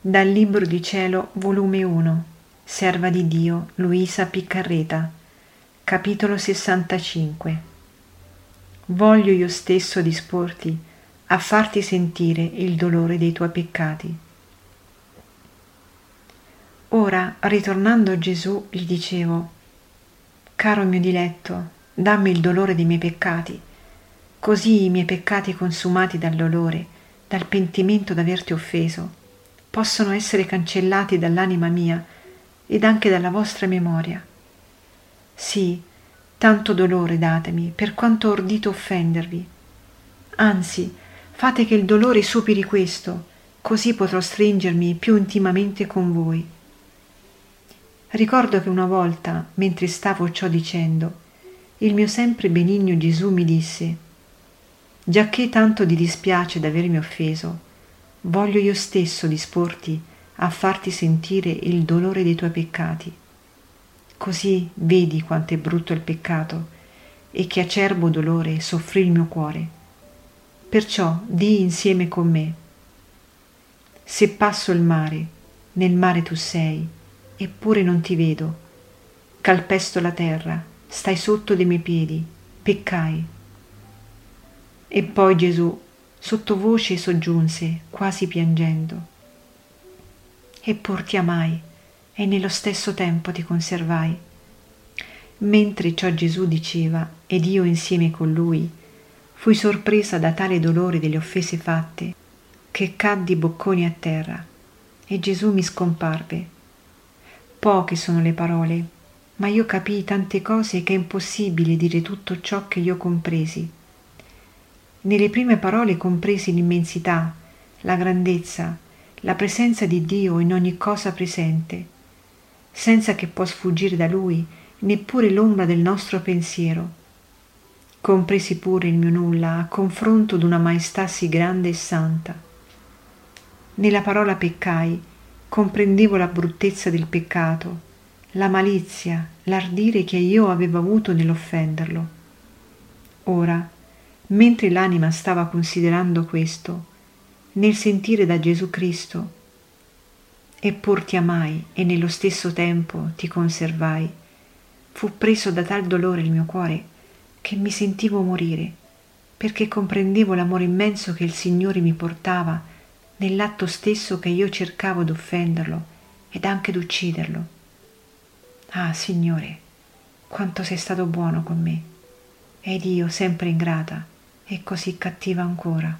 Dal Libro di Cielo, volume 1, Serva di Dio, Luisa Piccarreta, capitolo 65. Voglio io stesso disporti a farti sentire il dolore dei tuoi peccati. Ora, ritornando a Gesù, gli dicevo: Caro mio diletto, dammi il dolore dei miei peccati, così i miei peccati consumati dal dolore, dal pentimento d'averti offeso, possono essere cancellati dall'anima mia ed anche dalla vostra memoria. Sì, tanto dolore datemi, per quanto ho ordito offendervi. Anzi, fate che il dolore superi questo, così potrò stringermi più intimamente con voi. Ricordo che una volta, mentre stavo ciò dicendo, il mio sempre benigno Gesù mi disse: giacché tanto ti dispiace d'avermi offeso, voglio io stesso disporti a farti sentire il dolore dei tuoi peccati. Così vedi quanto è brutto il peccato e che acerbo dolore soffrì il mio cuore. Perciò dì insieme con me: se passo il mare, nel mare tu sei, eppure non ti vedo. Calpesto la terra, stai sotto dei miei piedi, peccai. E poi Gesù sottovoce soggiunse, quasi piangendo: eppur ti amai e nello stesso tempo ti conservai. Mentre ciò Gesù diceva, ed io insieme con lui, fui sorpresa da tale dolore delle offese fatte, che caddi bocconi a terra, e Gesù mi scomparve. Poche sono le parole, ma io capii tante cose che è impossibile dire tutto ciò che io compresi. Nelle prime parole compresi l'immensità, la grandezza, la presenza di Dio in ogni cosa presente, senza che può sfuggire da Lui neppure l'ombra del nostro pensiero. Compresi pure il mio nulla a confronto d'una maestà sì grande e santa. Nella parola peccai comprendevo la bruttezza del peccato, la malizia, l'ardire che io avevo avuto nell'offenderlo. Ora, mentre l'anima stava considerando questo, nel sentire da Gesù Cristo: eppur ti amai e nello stesso tempo ti conservai, fu preso da tal dolore il mio cuore che mi sentivo morire, perché comprendevo l'amore immenso che il Signore mi portava nell'atto stesso che io cercavo d'offenderlo ed anche d'ucciderlo. Ah, Signore, quanto sei stato buono con me, ed io sempre ingrata e così cattiva ancora.